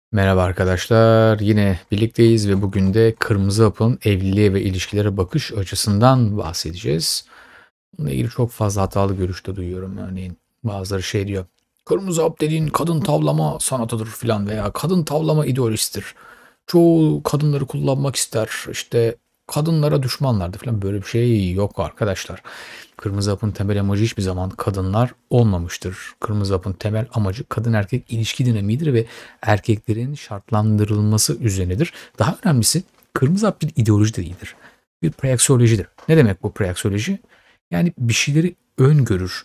Merhaba arkadaşlar. Yine birlikteyiz ve bugün de Kırmızı Hap'ın evliliğe ve ilişkilere bakış açısından bahsedeceğiz. Bununla ilgili çok fazla hatalı görüşte duyuyorum. Örneğin bazıları şey diyor. Kırmızı Hap dediğin kadın tavlama sanatıdır filan veya kadın tavlama ideolisttir. Çoğu kadınları kullanmak ister. İşte kadınlara düşmanlardı falan. Böyle bir şey yok arkadaşlar. Kırmızı Hap'ın temel amacı hiçbir zaman kadınlar olmamıştır. Kırmızı Hap'ın temel amacı kadın erkek ilişki dinamiğidir ve erkeklerin şartlandırılması üzerinedir. Daha önemlisi Kırmızı Hap bir ideoloji de değildir. Bir preaksiyolojidir. Ne demek bu preaksiyoloji? Yani bir şeyleri öngörür,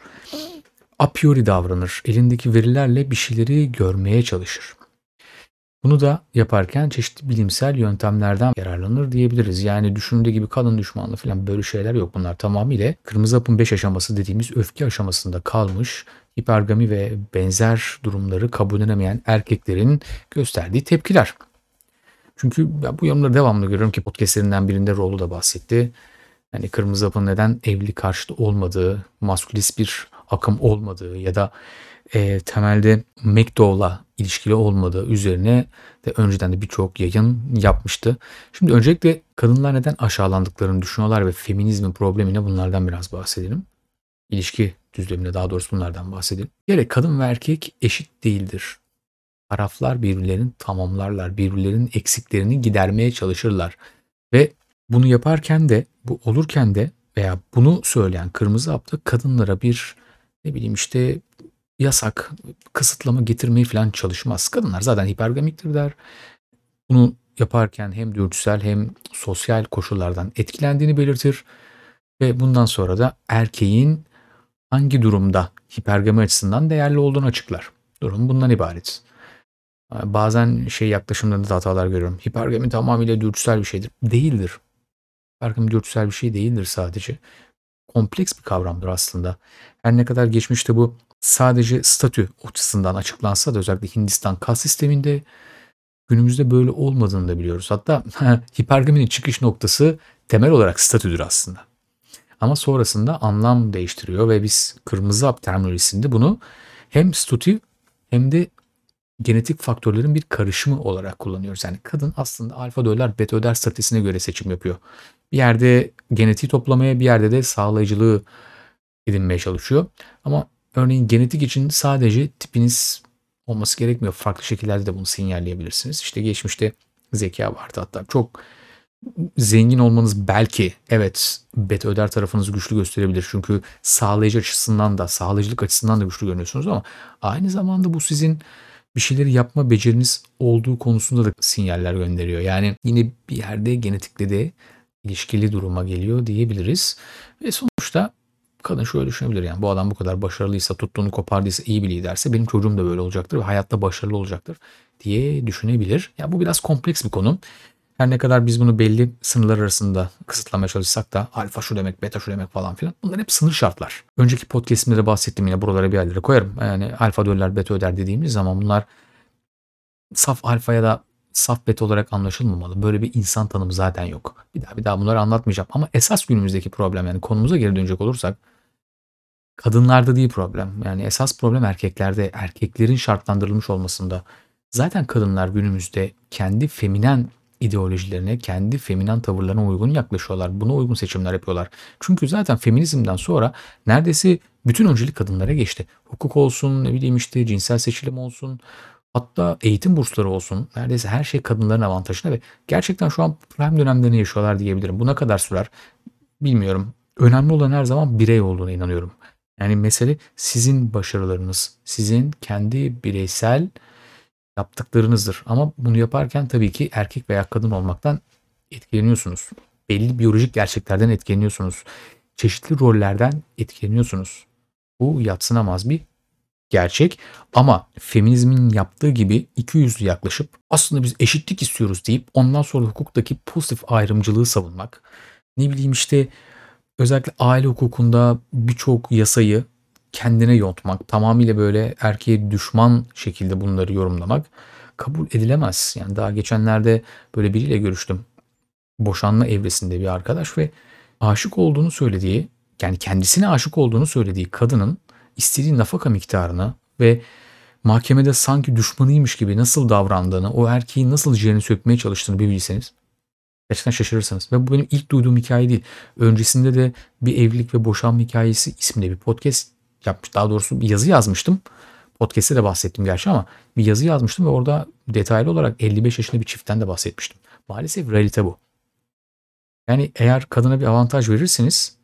a priori davranır, elindeki verilerle bir şeyleri görmeye çalışır. Bunu da yaparken çeşitli bilimsel yöntemlerden yararlanır diyebiliriz. Yani düşündüğü gibi kadın düşmanlığı falan böyle şeyler yok. Bunlar tamamıyla Kırmızı Hap'ın 5 aşaması dediğimiz öfke aşamasında kalmış, hipergami ve benzer durumları kabullenemeyen erkeklerin gösterdiği tepkiler. Çünkü ben bu yorumları devamlı görüyorum ki podcastlerinden birinde Rollo da bahsetti. Yani Kırmızı Hap'ın neden evlilik karşıtı olmadığı, maskülist bir akım olmadığı ya da temelde McDowell'la ilişkili olmadığı üzerine de önceden de birçok yayın yapmıştı. Şimdi öncelikle kadınlar neden aşağılandıklarını düşünüyorlar ve feminizmin problemine bunlardan biraz bahsedelim. İlişki düzleminde daha doğrusu bunlardan bahsedelim. Bir kere kadın ve erkek eşit değildir. Taraflar birbirlerini tamamlarlar, birbirlerinin eksiklerini gidermeye çalışırlar. Ve bunu yaparken de, bu olurken de veya bunu söyleyen Kırmızı Hap da kadınlara bir ne bileyim işte yasak, kısıtlama getirmeyi falan çalışmaz. Kadınlar zaten hipergamiktir der. Bunu yaparken hem dürtüsel hem sosyal koşullardan etkilendiğini belirtir ve bundan sonra da erkeğin hangi durumda hipergami açısından değerli olduğunu açıklar. Durum bundan ibaret. Bazen şey yaklaşımlarında da hatalar görüyorum. Hipergami tamamıyla dürtüsel bir şeydir. Değildir. Hipergami dürtüsel bir şey değildir sadece. Kompleks bir kavramdır aslında. Her ne kadar geçmişte bu sadece statü açısından açıklansa da özellikle Hindistan kas sisteminde günümüzde böyle olmadığını da biliyoruz. Hatta hipergaminin çıkış noktası temel olarak statüdür aslında. Ama sonrasında anlam değiştiriyor ve biz kırmızı hap terminolojisinde bunu hem statü hem de genetik faktörlerin bir karışımı olarak kullanıyoruz. Yani kadın aslında alfa öder, beta öder statüsüne göre seçim yapıyor. Bir yerde genetiği toplamaya, bir yerde de sağlayıcılığı edinmeye çalışıyor. Ama örneğin genetik için sadece tipiniz olması gerekmiyor. Farklı şekillerde de bunu sinyalleyebilirsiniz. İşte geçmişte zeka vardı hatta. Çok zengin olmanız belki evet beta öder tarafınızı güçlü gösterebilir. Çünkü sağlayıcı açısından da sağlayıcılık açısından da güçlü görünüyorsunuz ama aynı zamanda bu sizin bir şeyleri yapma beceriniz olduğu konusunda da sinyaller gönderiyor. Yani yine bir yerde genetikle de ilişkili duruma geliyor diyebiliriz. Ve sonuçta kadın şöyle düşünebilir, yani bu adam bu kadar başarılıysa, tuttuğunu kopardıysa, iyi bir liderse benim çocuğum da böyle olacaktır ve hayatta başarılı olacaktır diye düşünebilir. Ya bu biraz kompleks bir konu. Her ne kadar biz bunu belli sınırlar arasında kısıtlamaya çalışsak da alfa şu demek, beta şu demek falan filan. Bunlar hep sınır şartlar. Önceki podcastimde de bahsettim, yine buralara bir yerlere koyarım. Yani alfa öder, beta öder dediğimiz zaman bunlar saf alfa ya da saf beta olarak anlaşılmamalı. Böyle bir insan tanımı zaten yok. Bir daha bunları anlatmayacağım. Ama esas günümüzdeki problem, yani konumuza geri dönecek olursak, kadınlarda değil problem. Yani esas problem erkeklerde. Erkeklerin şartlandırılmış olmasında. Zaten kadınlar günümüzde kendi feminen ideolojilerine, kendi feminen tavırlarına uygun yaklaşıyorlar. Buna uygun seçimler yapıyorlar. Çünkü zaten feminizmden sonra neredeyse bütün öncelik kadınlara geçti. Hukuk olsun, ne bileyim işte cinsel seçilim olsun, hatta eğitim bursları olsun. Neredeyse her şey kadınların avantajına ve gerçekten şu an prime dönemlerini yaşıyorlar diyebilirim. Bu ne kadar sürer bilmiyorum. Önemli olan her zaman birey olduğuna inanıyorum. Yani mesele sizin başarılarınız, sizin kendi bireysel yaptıklarınızdır. Ama bunu yaparken tabii ki erkek veya kadın olmaktan etkileniyorsunuz. Belli biyolojik gerçeklerden etkileniyorsunuz. Çeşitli rollerden etkileniyorsunuz. Bu yadsınamaz bir gerçek. Ama feminizmin yaptığı gibi ikiyüzlü yaklaşıp aslında biz eşitlik istiyoruz deyip ondan sonra hukuktaki pozitif ayrımcılığı savunmak. Ne bileyim işte özellikle aile hukukunda birçok yasayı kendine yontmak, tamamıyla böyle erkeğe düşman şekilde bunları yorumlamak kabul edilemez. Yani daha geçenlerde böyle biriyle görüştüm. Boşanma evresinde bir arkadaş ve aşık olduğunu söylediği, yani kendisine aşık olduğunu söylediği kadının istediği nafaka miktarını ve mahkemede sanki düşmanıymış gibi nasıl davrandığını, o erkeğin nasıl ciğerini sökmeye çalıştığını bir bilseniz gerçekten şaşırırsınız. Ve bu benim ilk duyduğum hikaye değil. Öncesinde de bir evlilik ve boşanma hikayesi isimli bir podcast yapmış. Daha doğrusu bir yazı yazmıştım. Podcast'te de bahsettim gerçi ama bir yazı yazmıştım ve orada detaylı olarak 55 yaşında bir çiftten de bahsetmiştim. Maalesef realite bu. Yani eğer kadına bir avantaj verirseniz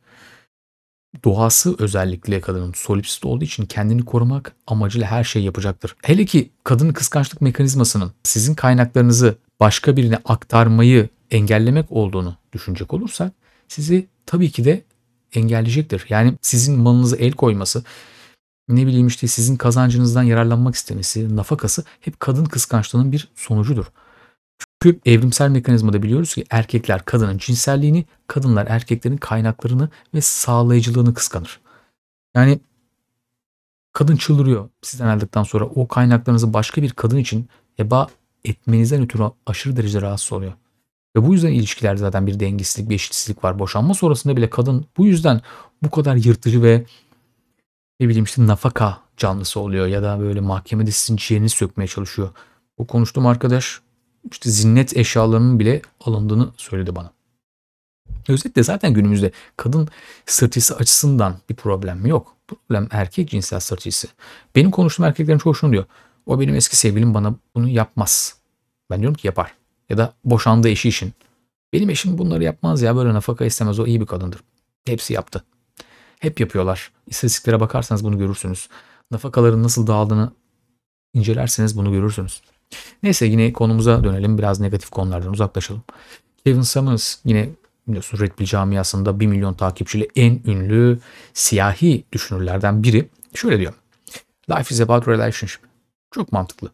doğası özellikle kadının solipsist olduğu için kendini korumak amacıyla her şeyi yapacaktır. Hele ki kadının kıskançlık mekanizmasının sizin kaynaklarınızı başka birine aktarmayı engellemek olduğunu düşünecek olursak sizi tabii ki de engelleyecektir. Yani sizin malınıza el koyması, ne bileyim işte sizin kazancınızdan yararlanmak istemesi, nafakası hep kadın kıskançlığının bir sonucudur. Çünkü evrimsel mekanizmada biliyoruz ki erkekler kadının cinselliğini, kadınlar erkeklerin kaynaklarını ve sağlayıcılığını kıskanır. Yani kadın çıldırıyor sizden aldıktan sonra o kaynaklarınızı başka bir kadın için heba etmenizden ötürü aşırı derecede rahatsız oluyor. Ve bu yüzden ilişkilerde zaten bir dengesizlik, bir eşitsizlik var. Boşanma sonrasında bile kadın bu yüzden bu kadar yırtıcı ve ne bileyim işte nafaka canlısı oluyor ya da böyle mahkemede sizin ciğerini sökmeye çalışıyor. O konuştuğum arkadaş işte zinnet eşyalarının bile alındığını söyledi bana. Özetle zaten günümüzde kadın stratejisi açısından bir problem yok. Problem erkek cinsel stratejisi. Benim konuştuğum erkeklerin çoğu şunu diyor. O benim eski sevgilim bana bunu yapmaz. Ben diyorum ki yapar. Ya da boşandığı eşi için. Benim eşim bunları yapmaz ya böyle nafaka istemez o iyi bir kadındır. Hepsi yaptı. Hep yapıyorlar. İstatistiklere bakarsanız bunu görürsünüz. Nafakaların nasıl dağıldığını incelerseniz bunu görürsünüz. Neyse yine konumuza dönelim. Biraz negatif konulardan uzaklaşalım. Kevin Samuels yine biliyorsun Red Pill camiasında 1 milyon takipçili en ünlü siyahi düşünürlerden biri. Şöyle diyor. Life is about relationship. Çok mantıklı.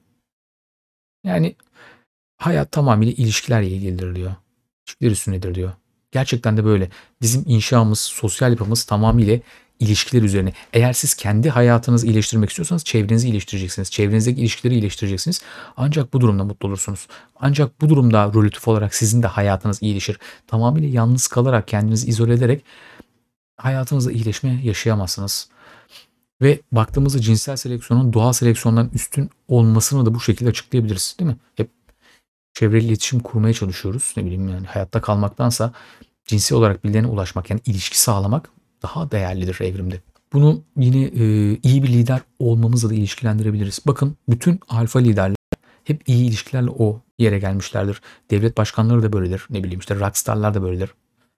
Yani hayat tamamıyla ilişkilerle ilgilidir diyor. İlişkiler üstünedir diyor. Gerçekten de böyle. Bizim inşamız, sosyal yapımız tamamıyla ilişkiler üzerine. Eğer siz kendi hayatınızı iyileştirmek istiyorsanız çevrenizi iyileştireceksiniz. Çevrenizdeki ilişkileri iyileştireceksiniz. Ancak bu durumda mutlu olursunuz. Ancak bu durumda relatif olarak sizin de hayatınız iyileşir. Tamamıyla yalnız kalarak, kendinizi izole ederek hayatınızda iyileşme yaşayamazsınız. Ve baktığımızda cinsel seleksiyonun doğal seleksiyondan üstün olmasını da bu şekilde açıklayabiliriz, değil mi? Hep çevreli iletişim kurmaya çalışıyoruz. Ne bileyim yani hayatta kalmaktansa cinsel olarak birilerine ulaşmak yani ilişki sağlamak daha değerlidir evrimde. Bunu yine iyi bir lider olmamızla da ilişkilendirebiliriz. Bakın bütün alfa liderler hep iyi ilişkilerle o yere gelmişlerdir. Devlet başkanları da böyledir. Ne bileyim işte rockstarlar da böyledir.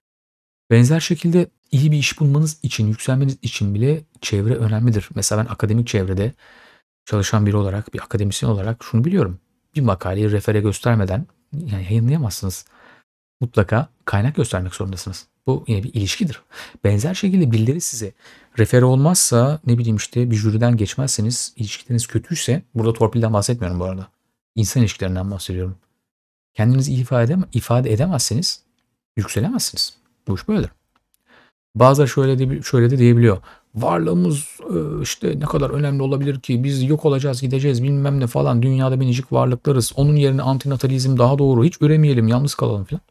Benzer şekilde iyi bir iş bulmanız için, yükselmeniz için bile çevre önemlidir. Mesela ben akademik çevrede çalışan biri olarak, bir akademisyen olarak şunu biliyorum. Bir makaleyi refere göstermeden yani yayınlayamazsınız. Mutlaka kaynak göstermek zorundasınız. Bu yine bir ilişkidir. Benzer şekilde birileri size refere olmazsa ne bileyim işte bir jüriden geçmezseniz ilişkileriniz kötüyse burada torpilden bahsetmiyorum bu arada. İnsan ilişkilerinden bahsediyorum. Kendinizi iyi ifade edemezseniz yükselemezsiniz. Bu iş böyledir. Bazıları şöyle de diyebiliyor. Varlığımız işte ne kadar önemli olabilir ki biz yok olacağız gideceğiz bilmem ne falan dünyada minicik varlıklarız. Onun yerine antinatalizm daha doğru hiç üremeyelim yalnız kalalım falan.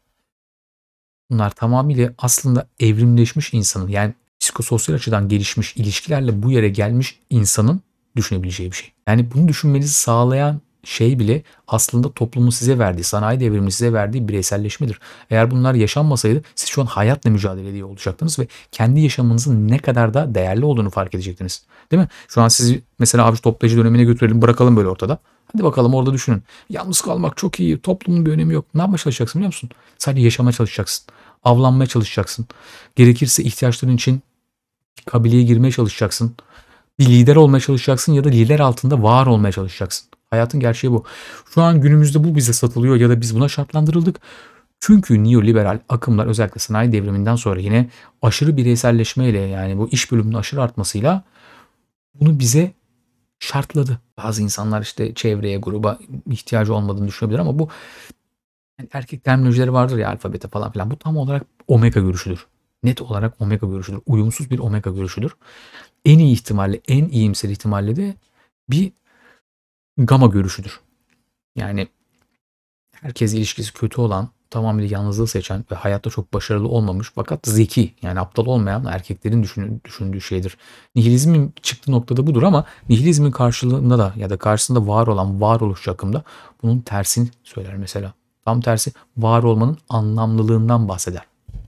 Bunlar tamamıyla aslında evrimleşmiş insanın yani psikososyal açıdan gelişmiş ilişkilerle bu yere gelmiş insanın düşünebileceği bir şey. Yani bunu düşünmenizi sağlayan şey bile aslında toplumun size verdiği, sanayi devriminin size verdiği bireyselleşmedir. Eğer bunlar yaşanmasaydı siz şu an hayatla mücadele ediyor olacaktınız ve kendi yaşamınızın ne kadar da değerli olduğunu fark edecektiniz. Değil mi? Şu an sizi mesela avcı toplayıcı dönemine götürelim bırakalım böyle ortada. Hadi bakalım orada düşünün. Yalnız kalmak çok iyi. Toplumun bir önemi yok. Ne yapmaya çalışacaksın biliyor musun? Sadece yaşamaya çalışacaksın. Avlanmaya çalışacaksın. Gerekirse ihtiyaçların için kabileye girmeye çalışacaksın. Bir lider olmaya çalışacaksın ya da lider altında var olmaya çalışacaksın. Hayatın gerçeği bu. Şu an günümüzde bu bize satılıyor ya da biz buna şartlandırıldık. Çünkü neoliberal akımlar özellikle sanayi devriminden sonra yine aşırı bireyselleşmeyle yani bu iş bölümünün aşırı artmasıyla bunu bize şartladı. Bazı insanlar işte çevreye, gruba ihtiyacı olmadığını düşünebilir ama bu yani erkek terminolojileri vardır ya alfa, beta falan filan. Bu tam olarak omega görüşüdür. Net olarak omega görüşüdür. Uyumsuz bir omega görüşüdür. En iyi ihtimalle, en iyimser ihtimalle de bir gamma görüşüdür. Yani herkes ilişkisi kötü olan tamamıyla yalnızlığı seçen ve hayatta çok başarılı olmamış fakat zeki, yani aptal olmayan erkeklerin düşündüğü şeydir. Nihilizmin çıktığı noktada budur ama nihilizmin karşılığında da ya da karşısında var olan varoluşçu akımda bunun tersini söyler mesela. Tam tersi var olmanın anlamlılığından bahseder.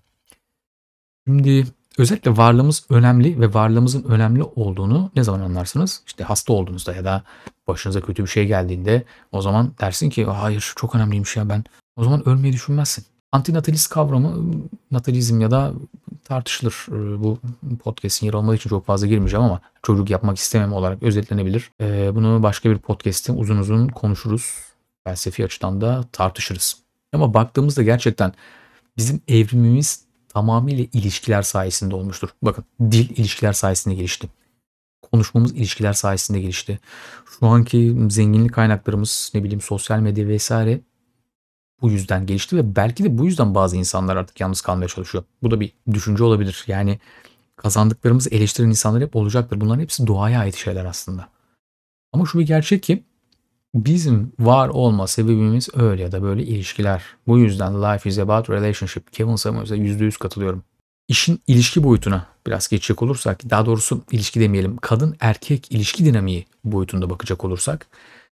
Şimdi özellikle varlığımız önemli ve varlığımızın önemli olduğunu ne zaman anlarsınız? İşte hasta olduğunuzda ya da başınıza kötü bir şey geldiğinde o zaman dersin ki hayır çok önemliymiş ya ben. O zaman ölmeyi düşünmezsin. Antinatalist kavramı natalizm ya da tartışılır. Bu podcast'in yer olmadığı için çok fazla girmeyeceğim ama çocuk yapmak istemem olarak özetlenebilir. Bunu başka bir podcast'te uzun uzun konuşuruz. Felsefi açıdan da tartışırız. Ama baktığımızda gerçekten bizim evrimimiz tamamıyla ilişkiler sayesinde olmuştur. Bakın dil ilişkiler sayesinde gelişti. Konuşmamız ilişkiler sayesinde gelişti. Şu anki zenginlik kaynaklarımız ne bileyim sosyal medya vesaire bu yüzden gelişti ve belki de bu yüzden bazı insanlar artık yalnız kalmaya çalışıyor. Bu da bir düşünce olabilir. Yani kazandıklarımızı eleştiren insanlar hep olacaktır. Bunların hepsi doğaya ait şeyler aslında. Ama şu bir gerçek ki bizim var olma sebebimiz öyle ya da böyle ilişkiler. Bu yüzden life is about relationship. Kevin Samuels'a %100 katılıyorum. İşin ilişki boyutuna biraz geçecek olursak, daha doğrusu ilişki demeyelim, kadın erkek ilişki dinamiği boyutunda bakacak olursak,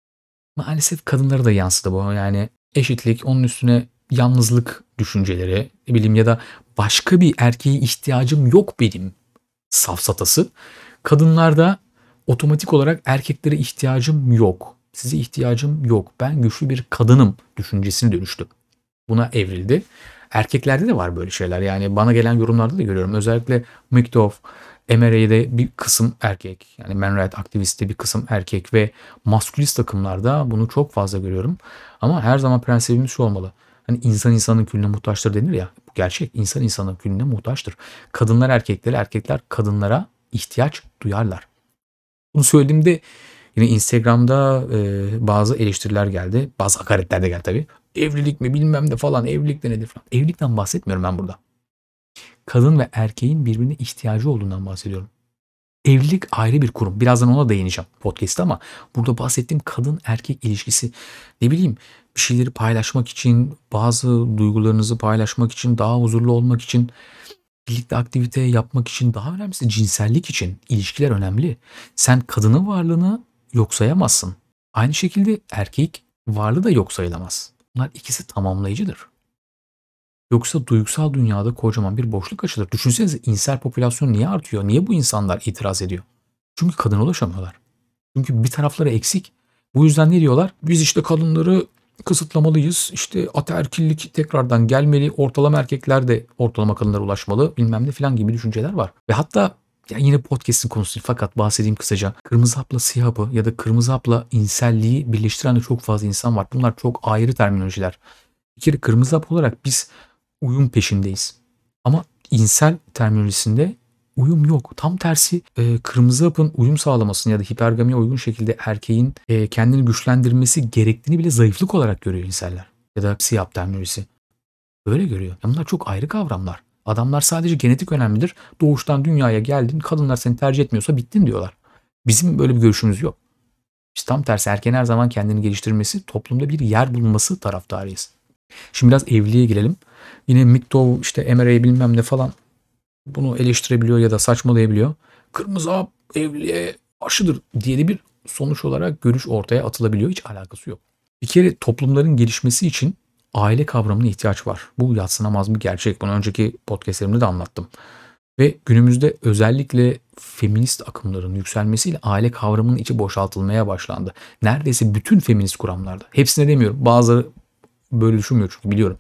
maalesef kadınlara da yansıdı bu. Yani eşitlik, onun üstüne yalnızlık düşünceleri, ne bileyim ya da başka bir erkeğe ihtiyacım yok benim safsatası. Kadınlarda otomatik olarak erkeklere ihtiyacım yok. Size ihtiyacım yok. Ben güçlü bir kadınım düşüncesine dönüştü. Buna evrildi. Erkeklerde de var böyle şeyler. Yani bana gelen yorumlarda da görüyorum. Özellikle Miktof, MRA'de bir kısım erkek. Yani Men Right aktivistte bir kısım erkek ve maskülist takımlarda bunu çok fazla görüyorum. Ama her zaman prensibimiz şu olmalı. Hani insan insanın külüne muhtaçtır denir ya. Bu gerçek. İnsan insanın külüne muhtaçtır. Kadınlar erkeklere, erkekler kadınlara ihtiyaç duyarlar. Bunu söylediğimde yine Instagram'da bazı eleştiriler geldi. Bazı hakaretler de geldi tabii. Evlilik mi bilmem ne falan. Evlilik de nedir falan. Evlilikten bahsetmiyorum ben burada. Kadın ve erkeğin birbirine ihtiyacı olduğundan bahsediyorum. Evlilik ayrı bir kurum. Birazdan ona değineceğim podcast'ta ama burada bahsettiğim kadın erkek ilişkisi ne bileyim bir şeyleri paylaşmak için, bazı duygularınızı paylaşmak için, daha huzurlu olmak için, birlikte aktivite yapmak için, daha önemlisi cinsellik için ilişkiler önemli. Sen kadının varlığını yok sayamazsın. Aynı şekilde erkek varlığı da yok sayılamaz. Bunlar ikisi tamamlayıcıdır. Yoksa duygusal dünyada kocaman bir boşluk açılır. Düşünsenize insel popülasyon niye artıyor? Niye bu insanlar itiraz ediyor? Çünkü kadına ulaşamıyorlar. Çünkü bir tarafları eksik. Bu yüzden ne diyorlar? Biz işte kadınları kısıtlamalıyız. İşte ataerkillik tekrardan gelmeli. Ortalama erkekler de ortalama kadınlara ulaşmalı. Bilmem ne falan gibi düşünceler var. Ve hatta ya yine podcast'in konusu değil fakat bahsedeyim kısaca. Kırmızı hapla siyah hapı ya da kırmızı hapla inselliği birleştiren de çok fazla insan var. Bunlar çok ayrı terminolojiler. Bir kere kırmızı hap olarak biz uyum peşindeyiz. Ama insel terminolojisinde uyum yok. Tam tersi kırmızı hapın uyum sağlamasını ya da hipergamiye uygun şekilde erkeğin kendini güçlendirmesi gerektiğini bile zayıflık olarak görüyor inseller. Ya da siyah terminolojisi. Böyle görüyor. Ya bunlar çok ayrı kavramlar. Adamlar sadece genetik önemlidir. Doğuştan dünyaya geldin, kadınlar seni tercih etmiyorsa bittin diyorlar. Bizim böyle bir görüşümüz yok. Biz tam tersi erkeğin her zaman kendini geliştirmesi, toplumda bir yer bulunması taraftarıyız. Şimdi biraz evliliğe girelim. Yine MGTOW işte MRA bilmem ne falan bunu eleştirebiliyor ya da saçmalayabiliyor. Kırmızı hap evliliğe aşıdır diye de bir sonuç olarak görüş ortaya atılabiliyor. Hiç alakası yok. Bir kere toplumların gelişmesi için aile kavramına ihtiyaç var. Bu yadsınamaz bir gerçek. Bunu önceki podcastlerimde de anlattım. Ve günümüzde özellikle feminist akımların yükselmesiyle aile kavramının içi boşaltılmaya başlandı. Neredeyse bütün feminist kuramlarda. Hepsine demiyorum. Bazıları böyle düşünmüyor çünkü biliyorum.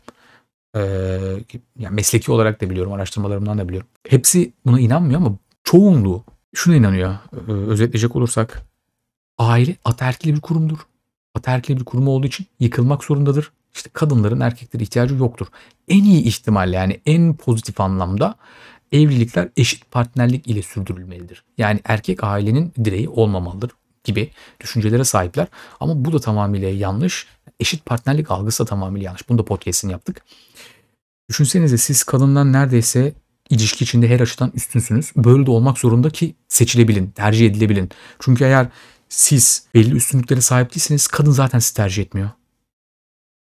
Yani mesleki olarak da biliyorum, araştırmalarımdan da biliyorum. Hepsi buna inanmıyor ama çoğunluğu şuna inanıyor. Özetleyecek olursak aile ataerkil bir kurumdur. Ataerkil bir kurum olduğu için yıkılmak zorundadır. İşte kadınların erkeklere ihtiyacı yoktur. En iyi ihtimalle yani en pozitif anlamda evlilikler eşit partnerlik ile sürdürülmelidir. Yani erkek ailenin direği olmamalıdır gibi düşüncelere sahipler. Ama bu da tamamıyla yanlış. Eşit partnerlik algısı da tamamıyla yanlış. Bunu da podcast'ini yaptık. Düşünsenize siz kadından neredeyse ilişki içinde her açıdan üstünsünüz. Böyle de olmak zorunda ki seçilebilin, tercih edilebilin. Çünkü eğer siz belli üstünlüklere sahip değilseniz kadın zaten sizi tercih etmiyor.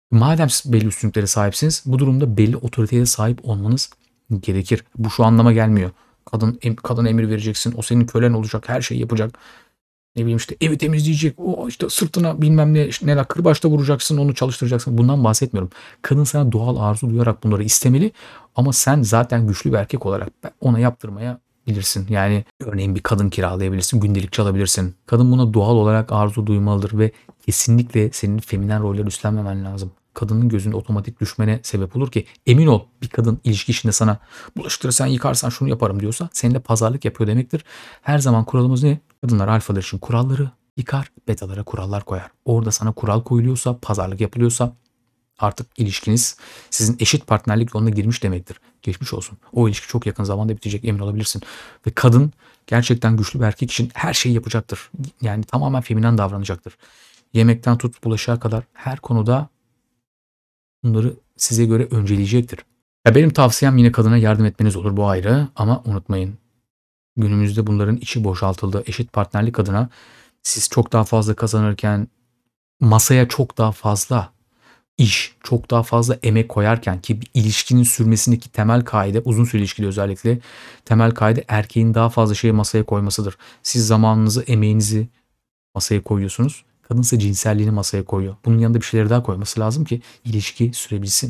Madem siz belli üstünlüklere sahipsiniz, bu durumda belli otoriteye sahip olmanız gerekir. Bu şu anlama gelmiyor. Kadın emir vereceksin, o senin kölen olacak, her şeyi yapacak. Ne bileyim işte evi temizleyecek, o işte sırtına bilmem ne işte neler kırbaçla vuracaksın, onu çalıştıracaksın. Bundan bahsetmiyorum. Kadın sana doğal arzu duyarak bunları istemeli ama sen zaten güçlü bir erkek olarak ona yaptırmaya bilirsin. Yani örneğin bir kadın kiralayabilirsin, gündelik çalabilirsin. Kadın buna doğal olarak arzu duymalıdır ve kesinlikle senin feminen rolleri üstlenmemen lazım. Kadının gözünde otomatik düşmene sebep olur ki emin ol bir kadın ilişki içinde sana bulaşıkları sen yıkarsan şunu yaparım diyorsa seninle pazarlık yapıyor demektir. Her zaman kuralımız ne? Kadınlar alfalar için kuralları yıkar, betalara kurallar koyar. Orada sana kural koyuluyorsa, pazarlık yapılıyorsa artık ilişkiniz sizin eşit partnerlik yoluna girmiş demektir. Geçmiş olsun. O ilişki çok yakın zamanda bitecek emin olabilirsin. Ve kadın gerçekten güçlü bir erkek için her şeyi yapacaktır. Yani tamamen feminen davranacaktır. Yemekten tut bulaşığa kadar her konuda bunları size göre önceleyecektir. Ya benim tavsiyem yine kadına yardım etmeniz olur bu ayrı ama unutmayın. Günümüzde bunların içi boşaltıldı. Eşit partnerlik adına siz çok daha fazla kazanırken masaya çok daha fazla iş, çok daha fazla emek koyarken ki bir ilişkinin sürmesindeki temel kaide uzun süreli ilişkide özellikle temel kaide erkeğin daha fazla şeyi masaya koymasıdır. Siz zamanınızı, emeğinizi masaya koyuyorsunuz. Kadınsa cinselliğini masaya koyuyor. Bunun yanında bir şeyleri daha koyması lazım ki ilişki sürebilsin.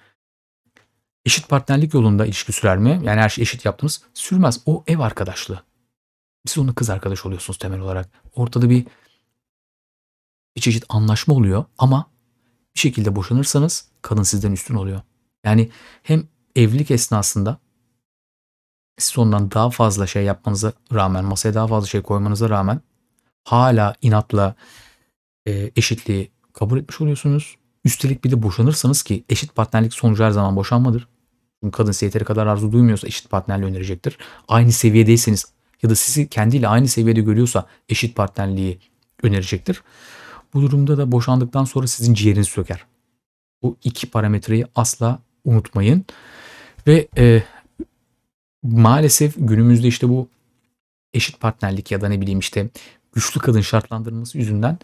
Eşit partnerlik yolunda ilişki sürer mi? Yani her şey eşit yaptınız. Sürmez. O ev arkadaşlığı. Siz onunla kız arkadaş oluyorsunuz temel olarak. Ortada bir çeşit anlaşma oluyor ama bir şekilde boşanırsanız kadın sizden üstün oluyor. Yani hem evlilik esnasında siz ondan daha fazla şey yapmanıza rağmen, masaya daha fazla şey koymanıza rağmen hala inatla eşitliği kabul etmiş oluyorsunuz. Üstelik bir de boşanırsanız ki eşit partnerlik sonucu her zaman boşanmadır. Çünkü kadın size yeteri kadar arzu duymuyorsa eşit partnerliği önerecektir. Aynı seviyedeyseniz ya da sizi kendiyle aynı seviyede görüyorsa eşit partnerliği önerecektir. Bu durumda da boşandıktan sonra sizin ciğeriniz söker. Bu iki parametreyi asla unutmayın. Ve maalesef günümüzde işte bu eşit partnerlik ya da ne bileyim işte güçlü kadın şartlandırılması yüzünden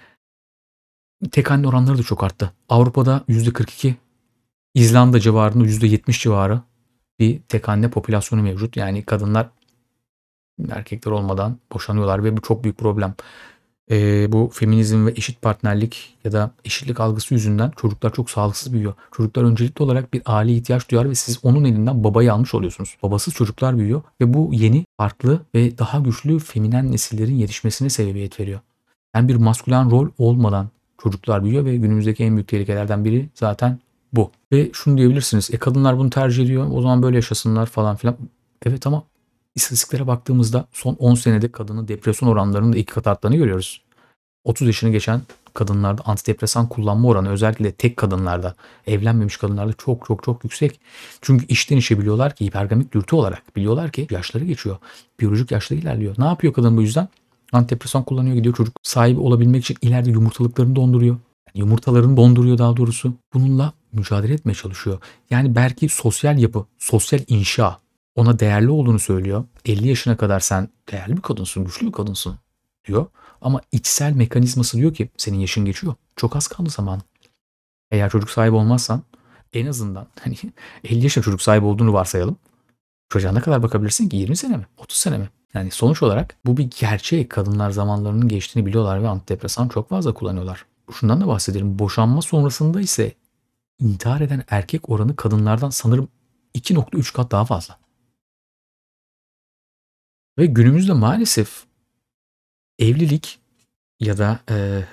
tek anne oranları da çok arttı. Avrupa'da %42, İzlanda civarında %70 civarı bir tek anne popülasyonu mevcut. Yani kadınlar erkekler olmadan boşanıyorlar ve bu çok büyük problem. Bu feminizm ve eşit partnerlik ya da eşitlik algısı yüzünden çocuklar çok sağlıksız büyüyor. Çocuklar öncelikli olarak bir aile ihtiyaç duyar ve siz onun elinden babayı almış oluyorsunuz. Babasız çocuklar büyüyor ve bu yeni, farklı ve daha güçlü feminen nesillerin yetişmesine sebebiyet veriyor. Yani bir maskülen rol olmadan çocuklar büyüyor ve günümüzdeki en büyük tehlikelerden biri zaten bu. Ve şunu diyebilirsiniz. Kadınlar bunu tercih ediyor. O zaman böyle yaşasınlar falan filan. Evet ama istatistiklere baktığımızda son 10 senede kadının depresyon oranlarının da 2 kat arttığını görüyoruz. 30 yaşını geçen kadınlarda antidepresan kullanma oranı özellikle tek kadınlarda, evlenmemiş kadınlarda çok çok çok yüksek. Çünkü içten içe biliyorlar ki hipergamik dürtü olarak biliyorlar ki yaşları geçiyor. Biyolojik yaşları ilerliyor. Ne yapıyor kadın bu yüzden? Antidepresan kullanıyor gidiyor çocuk sahibi olabilmek için ileride yumurtalıklarını donduruyor. Yani yumurtalarını donduruyor daha doğrusu. Bununla mücadele etmeye çalışıyor. Yani belki sosyal yapı, sosyal inşa ona değerli olduğunu söylüyor. 50 yaşına kadar sen değerli bir kadınsın, güçlü bir kadınsın diyor. Ama içsel mekanizması diyor ki senin yaşın geçiyor. Çok az kaldı zaman. Eğer çocuk sahibi olmazsan en azından hani 50 yaşında çocuk sahibi olduğunu varsayalım. Çocuğa ne kadar bakabilirsin ki? 20 sene mi? 30 sene mi? Yani sonuç olarak bu bir gerçek. Kadınlar zamanlarının geçtiğini biliyorlar ve antidepresan çok fazla kullanıyorlar. Şundan da bahsedelim. Boşanma sonrasında ise intihar eden erkek oranı kadınlardan sanırım 2,3 kat daha fazla. Ve günümüzde maalesef evlilik ya da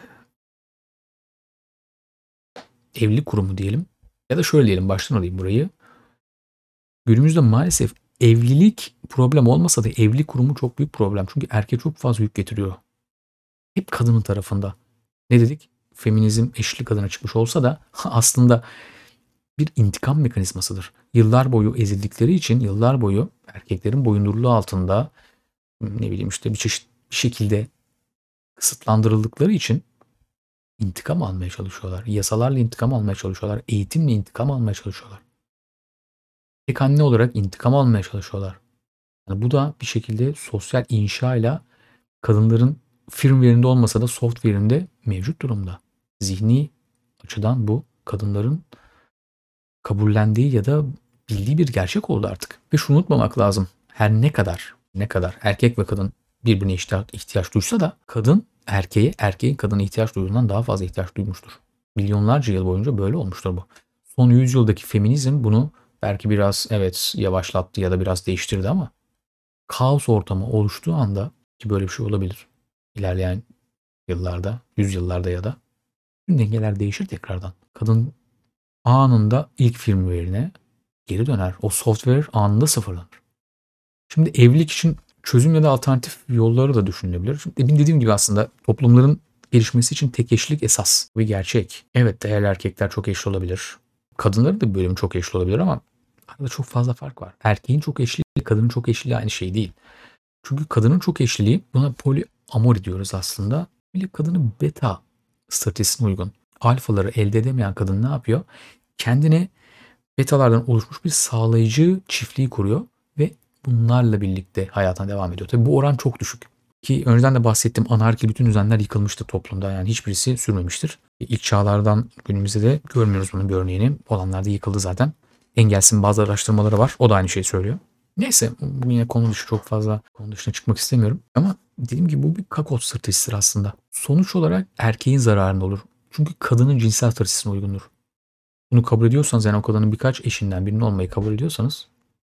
evlilik kurumu diyelim ya da şöyle diyelim baştan alayım burayı. Günümüzde maalesef evlilik problem olmasa da evlilik kurumu çok büyük problem. Çünkü erkeğe çok fazla yük getiriyor. Hep kadının tarafında. Ne dedik? Feminizm eşitlik adına çıkmış olsa da aslında bir intikam mekanizmasıdır. Yıllar boyu ezildikleri için yıllar boyu erkeklerin boyunduruluğu altında ne bileyim işte bir şekilde kısıtlandırıldıkları için intikam almaya çalışıyorlar. Yasalarla intikam almaya çalışıyorlar. Eğitimle intikam almaya çalışıyorlar. Tek anne olarak intikam almaya çalışıyorlar. Yani bu da bir şekilde sosyal inşayla kadınların firmware'inde olmasa da software'inde mevcut durumda. Zihni açıdan bu kadınların kabullendiği ya da bildiği bir gerçek oldu artık. Ve şunu unutmamak lazım. Her ne kadar erkek ve kadın birbirine ihtiyaç duysa da kadın erkeğe, erkeğin kadına ihtiyaç duyduğundan daha fazla ihtiyaç duymuştur. Milyonlarca yıl boyunca böyle olmuştur bu. Son yüzyıldaki feminizm bunu belki biraz evet yavaşlattı ya da biraz değiştirdi ama kaos ortamı oluştuğu anda ki böyle bir şey olabilir ilerleyen yıllarda, yüzyıllarda ya da tüm dengeler değişir tekrardan. Kadın anında ilk firmware'ine geri döner. O software anında sıfırlanır. Şimdi evlilik için çözüm ya da alternatif yolları da düşünülebilir. Şimdi demin dediğim gibi aslında toplumların gelişmesi için tek eşlilik esas bir gerçek. Evet değerli erkekler çok eşli olabilir. Kadınların da bir bölümü çok eşli olabilir ama arada çok fazla fark var. Erkeğin çok eşliliği, kadının çok eşliliği aynı şey değil. Çünkü kadının çok eşliliği buna poliamori diyoruz aslında. Bir kadının beta statüsüne uygun. Alfaları elde edemeyen kadın ne yapıyor? Kendine betalardan oluşmuş bir sağlayıcı çiftliği kuruyor ve bunlarla birlikte hayatına devam ediyor. Tabii bu oran çok düşük. Ki önceden de bahsettiğim anarki bütün düzenler yıkılmıştır toplumda. Yani hiçbirisi sürmemiştir. İlk çağlardan günümüzde de görmüyoruz bunun bir örneğini. Olanlar da yıkıldı zaten. Engels'in bazı araştırmaları var. O da aynı şeyi söylüyor. Neyse bu yine konu dışı çok fazla konu dışına çıkmak istemiyorum. Ama dediğim gibi bu bir kakot stratejisidir aslında. Sonuç olarak erkeğin zararında olur. Çünkü kadının cinsel stratejisine uygundur. Bunu kabul ediyorsanız yani o kadının birkaç eşinden birini olmayı kabul ediyorsanız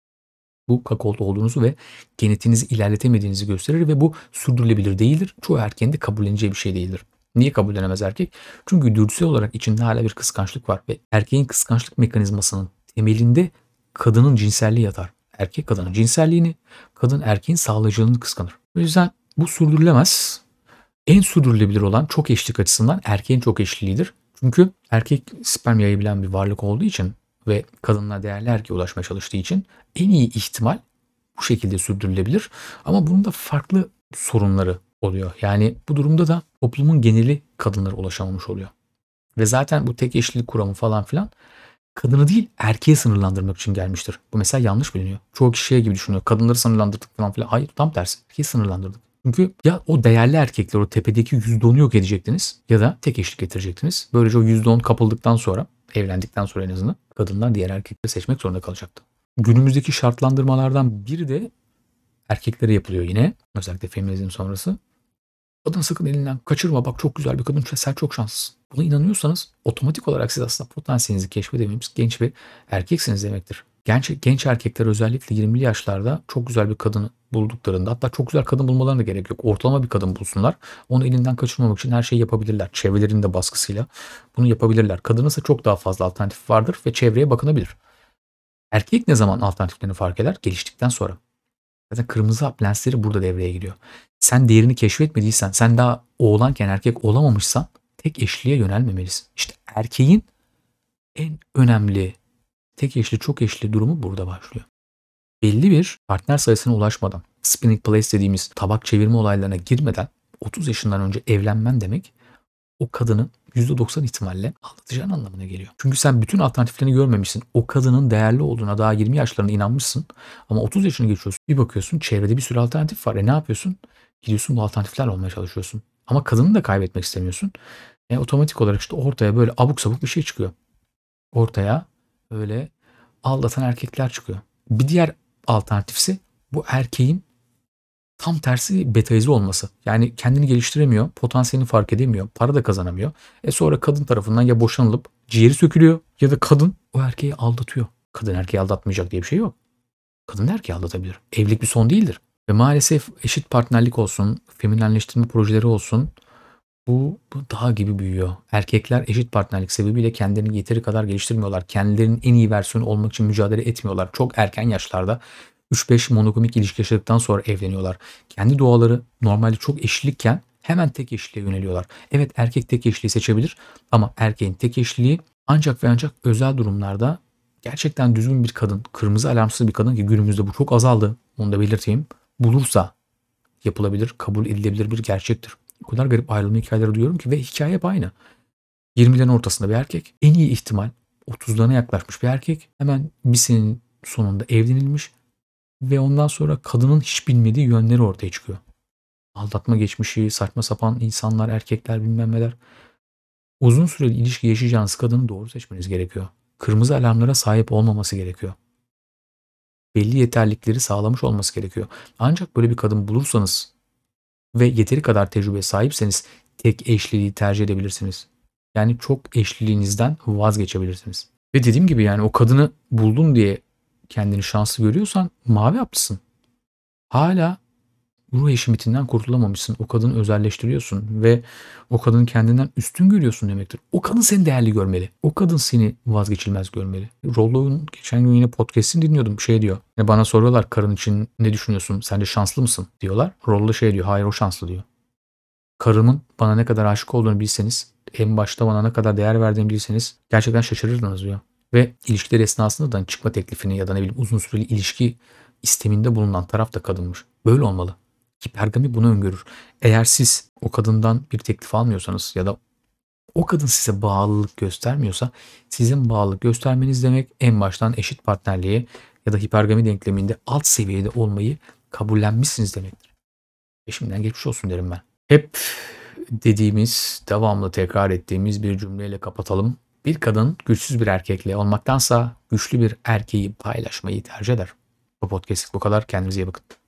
bu kakaolt olduğunuzu ve genetiğinizi ilerletemediğinizi gösterir ve bu sürdürülebilir değildir. Çoğu erkeğin de kabulleneceği bir şey değildir. Niye kabullenemez erkek? Çünkü dürtüsel olarak içinde hala bir kıskançlık var ve erkeğin kıskançlık mekanizmasının temelinde kadının cinselliği yatar. Erkek kadının cinselliğini, kadın erkeğin sağlayıcılığını kıskanır. O yüzden bu sürdürülemez. En sürdürülebilir olan çok eşlik açısından erkeğin çok eşliliğidir. Çünkü erkek sperm yayabilen bir varlık olduğu için ve kadınla değerli erkeğe ulaşmaya çalıştığı için en iyi ihtimal bu şekilde sürdürülebilir. Ama bunun da farklı sorunları oluyor. Yani bu durumda da toplumun geneli kadınlara ulaşamamış oluyor. Ve zaten bu tek eşlilik kuramı falan filan kadını değil erkeği sınırlandırmak için gelmiştir. Bu mesela yanlış biliniyor. Çoğu kişi şey gibi düşünüyor. Kadınları sınırlandırdık falan filan. Hayır tam tersi. Erkeği sınırlandırdık. Çünkü ya o değerli erkekler o tepedeki %10'u yok edecektiniz ya da tek eşlik getirecektiniz. Böylece o %10 kapıldıktan sonra evlendikten sonra en azından kadınlar diğer erkekleri seçmek zorunda kalacaktı. Günümüzdeki şartlandırmalardan biri de erkeklere yapılıyor yine. Özellikle feminizm sonrası. Kadın sakın elinden kaçırma bak çok güzel bir kadın sen çok şanslısın. Buna inanıyorsanız otomatik olarak siz aslında potansiyelinizi keşfedememiş genç bir erkeksiniz demektir. Genç erkekler özellikle 20'li yaşlarda çok güzel bir kadını bulduklarında hatta çok güzel kadın bulmalarına gerek yok. Ortalama bir kadın bulsunlar. Onu elinden kaçırmamak için her şeyi yapabilirler. Çevrelerinin de baskısıyla bunu yapabilirler. Kadının ise çok daha fazla alternatif vardır ve çevreye bakınabilir. Erkek ne zaman alternatiflerini fark eder? Geliştikten sonra. Zaten kırmızı hap lensleri burada devreye giriyor. Sen değerini keşfetmediysen, sen daha oğlanken erkek olamamışsan tek eşliğe yönelmemelisin. İşte erkeğin en önemli tek eşli çok eşli durumu burada başlıyor. Belli bir partner sayısına ulaşmadan, spinning place dediğimiz tabak çevirme olaylarına girmeden 30 yaşından önce evlenmen demek o kadının %90 ihtimalle aldatacağın anlamına geliyor. Çünkü sen bütün alternatiflerini görmemişsin. O kadının değerli olduğuna daha 20 yaşlarında inanmışsın. Ama 30 yaşını geçiyorsun. Bir bakıyorsun çevrede bir sürü alternatif var. Ne yapıyorsun? Gidiyorsun bu alternatiflerle olmaya çalışıyorsun. Ama kadını da kaybetmek istemiyorsun. Otomatik olarak işte ortaya böyle abuk sabuk bir şey çıkıyor. Ortaya böyle aldatan erkekler çıkıyor. Bir diğer alternatifse bu erkeğin tam tersi betaize olması. Yani kendini geliştiremiyor, potansiyelini fark edemiyor, para da kazanamıyor. Sonra kadın tarafından ya boşanılıp ciğeri sökülüyor ya da kadın o erkeği aldatıyor. Kadın erkeği aldatmayacak diye bir şey yok. Kadın da erkeği aldatabilir. Evlilik bir son değildir. Ve maalesef eşit partnerlik olsun, feminenleştirme projeleri olsun bu dağ gibi büyüyor. Erkekler eşit partnerlik sebebiyle kendilerini yeteri kadar geliştirmiyorlar. Kendilerinin en iyi versiyonu olmak için mücadele etmiyorlar. Çok erken yaşlarda 3-5 monogamik ilişki yaşadıktan sonra evleniyorlar. Kendi doğaları normalde çok eşlikken hemen tek eşliliğe yöneliyorlar. Evet erkek tek eşliliği seçebilir ama erkeğin tek eşliliği ancak ve ancak özel durumlarda gerçekten düzgün bir kadın, kırmızı alarmsız bir kadın ki günümüzde bu çok azaldı. Onu da belirteyim. Bulursa yapılabilir, kabul edilebilir bir gerçektir. O kadar garip ayrılma hikayeleri duyuyorum ki ve hikaye hep aynı. 20'lerin ortasında bir erkek, en iyi ihtimal 30'larına yaklaşmış bir erkek, hemen bir senenin sonunda evlenilmiş ve ondan sonra kadının hiç bilmediği yönleri ortaya çıkıyor. Aldatma geçmişi, saçma sapan insanlar, erkekler bilmem neler. Uzun süreli ilişki yaşayacağınız kadını doğru seçmeniz gerekiyor. Kırmızı alarmlara sahip olmaması gerekiyor. Belli yeterlilikleri sağlamış olması gerekiyor. Ancak böyle bir kadın bulursanız ve yeteri kadar tecrübeye sahipseniz tek eşliliği tercih edebilirsiniz. Yani çok eşliliğinizden vazgeçebilirsiniz. Ve dediğim gibi yani o kadını buldum diye kendini şanslı görüyorsan mavi haplısın. Hala ruh eşimitinden kurtulamamışsın. O kadını özelleştiriyorsun ve o kadını kendinden üstün görüyorsun demektir. O kadın seni değerli görmeli. O kadın seni vazgeçilmez görmeli. Rollo'nun geçen gün yine podcast'ini dinliyordum. Şey diyor. Bana soruyorlar karın için ne düşünüyorsun? Sence şanslı mısın? Diyorlar. Rollo şey diyor. Hayır o şanslı diyor. Karımın bana ne kadar aşık olduğunu bilseniz, en başta bana ne kadar değer verdiğini bilseniz gerçekten şaşırırdınız diyor. Ve ilişkiler esnasında da çıkma teklifini ya da ne bileyim uzun süreli ilişki isteminde bulunan taraf da kadınmış. Böyle olmalı. Hipergami bunu öngörür. Eğer siz o kadından bir teklif almıyorsanız ya da o kadın size bağlılık göstermiyorsa sizin bağlılık göstermeniz demek en baştan eşit partnerliğe ya da hipergami denkleminde alt seviyede olmayı kabullenmişsiniz demektir. Şimdiden geçmiş olsun derim ben. Hep dediğimiz, devamlı tekrar ettiğimiz bir cümleyle kapatalım. Bir kadın güçsüz bir erkekle olmaktansa güçlü bir erkeği paylaşmayı tercih eder. Bu podcast'lik bu kadar. Kendinize iyi bakın.